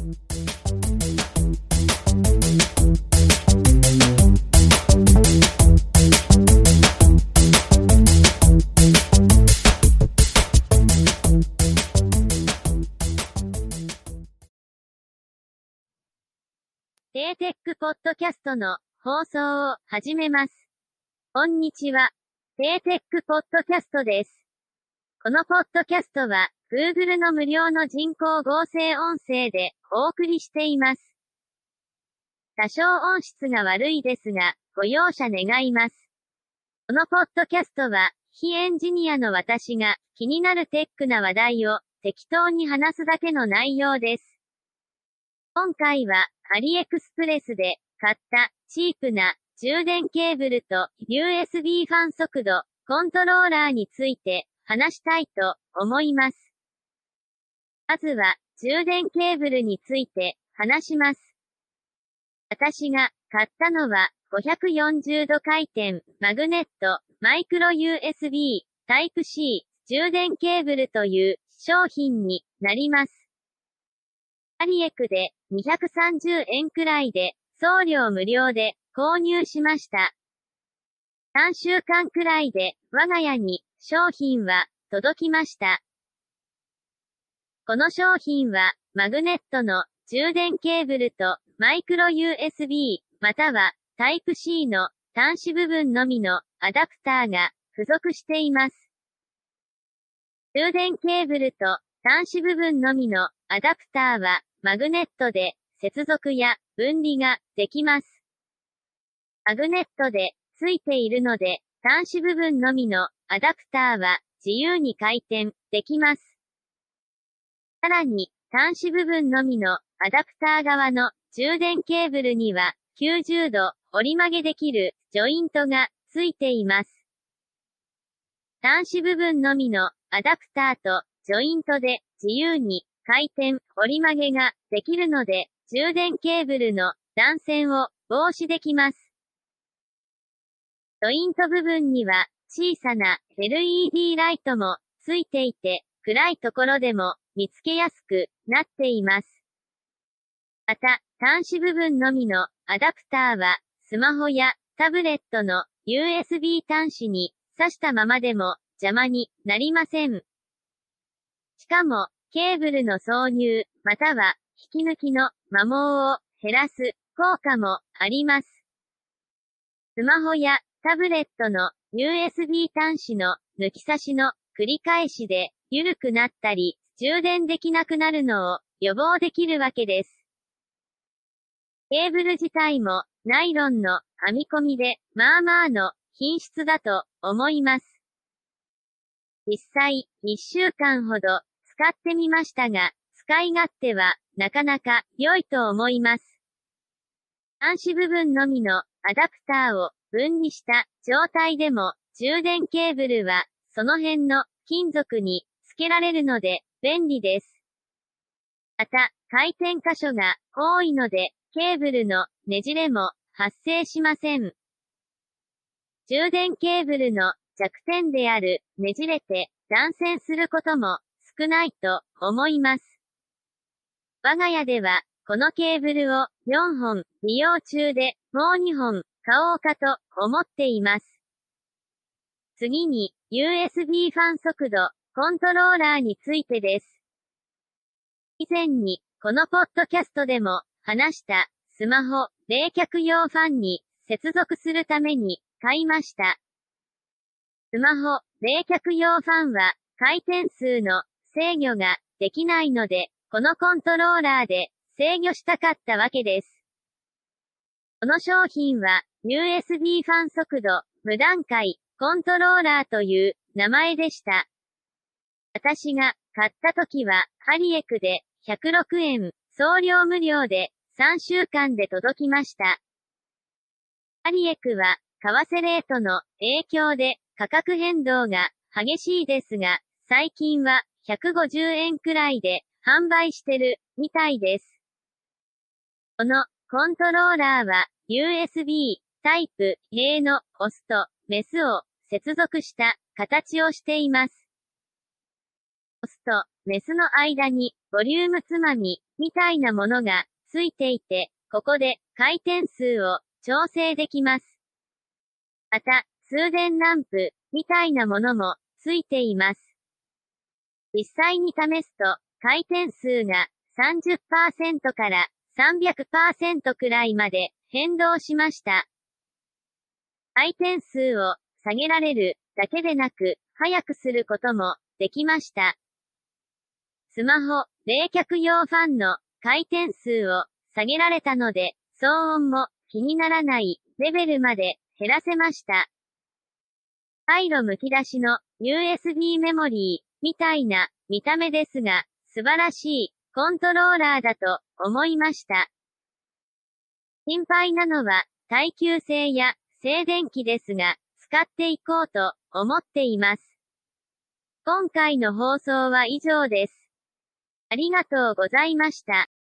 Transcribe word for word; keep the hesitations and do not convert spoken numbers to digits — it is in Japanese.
テーテックポッドキャストの放送を始めます。こんにちは。テーテックポッドキャストです。このポッドキャストは Google の無料の人工合成音声でお送りしています。多少音質が悪いですが、ご容赦願います。このポッドキャストは非エンジニアの私が気になるテックな話題を適当に話すだけの内容です。今回はアリエクスプレスで買ったチープな充電ケーブルと ユーエスビー ファン速度コントローラーについて話したいと思います。まずは充電ケーブルについて話します。私が買ったのはごひゃくよんじゅうど回転マグネットマイクロ ユーエスビー タイプ C 充電ケーブルという商品になります。アリエクでにひゃくさんじゅうえんくらいで送料無料で購入しました。さんしゅうかんくらいで我が家に商品は届きました。この商品はマグネットの充電ケーブルとマイクロ ユーエスビー またはタイプ C の端子部分のみのアダプターが付属しています。充電ケーブルと端子部分のみのアダプターはマグネットで接続や分離ができます。マグネットで付いているので端子部分のみのアダプターは自由に回転できます。さらに端子部分のみのアダプター側の充電ケーブルにはきゅうじゅうど折り曲げできるジョイントが付いています。端子部分のみのアダプターとジョイントで自由に回転、折り曲げができるので、充電ケーブルの断線を防止できます。ジョイント部分には小さな エルイーディー ライトもついていて、暗いところでも見つけやすくなっています。また、端子部分のみのアダプターは、スマホやタブレットの ユーエスビー 端子に挿したままでも邪魔になりません。しかも、ケーブルの挿入、または引き抜きの摩耗を減らす効果もあります。スマホやタブレットの ユーエスビー 端子の抜き差しの繰り返しで緩くなったり、充電できなくなるのを予防できるわけです。ケーブル自体もナイロンの編み込みでまあまあの品質だと思います。実際、いっしゅうかんほど使ってみましたが、使い勝手はなかなか良いと思います。端子部分のみのアダプターを分離した状態でも充電ケーブルはその辺の金属につけられるので便利です。また、回転箇所が多いのでケーブルのねじれも発生しません。充電ケーブルの弱点であるねじれて断線することも少ないと思います。我が家ではこのケーブルをよんほん利用中でもうにほん買おうかと思っています。次に ユーエスビー ファン速度コントローラーについてです。以前にこのポッドキャストでも話したスマホ冷却用ファンに接続するために買いました。スマホ冷却用ファンは回転数の制御ができないので、このコントローラーで制御したかったわけです。この商品は ユーエスビー ファン速度無段階コントローラーという名前でした。私が買った時はハリエクでひゃくろくえん、送料無料でさんしゅうかんで届きました。ハリエクは為替レートの影響で価格変動が激しいですが、最近はひゃくごじゅうえんくらいで販売してるみたいです。このコントローラーは ユーエスビー タイプ A のオスとメスを接続した形をしています。オスとメスの間にボリュームつまみみたいなものがついていて、ここで回転数を調整できます。また、通電ランプみたいなものもついています。実際に試すと、回転数が さんじゅっパーセント から さんびゃくパーセント くらいまで変動しました。回転数を下げられるだけでなく、速くすることもできました。スマホ、冷却用ファンの回転数を下げられたので、騒音も気にならないレベルまで減らせました。回路むき出しの ユーエスビー メモリーみたいな見た目ですが、素晴らしいコントローラーだと思いました。心配なのは耐久性や静電気ですが、使っていこうと思っています。今回の放送は以上です。ありがとうございました。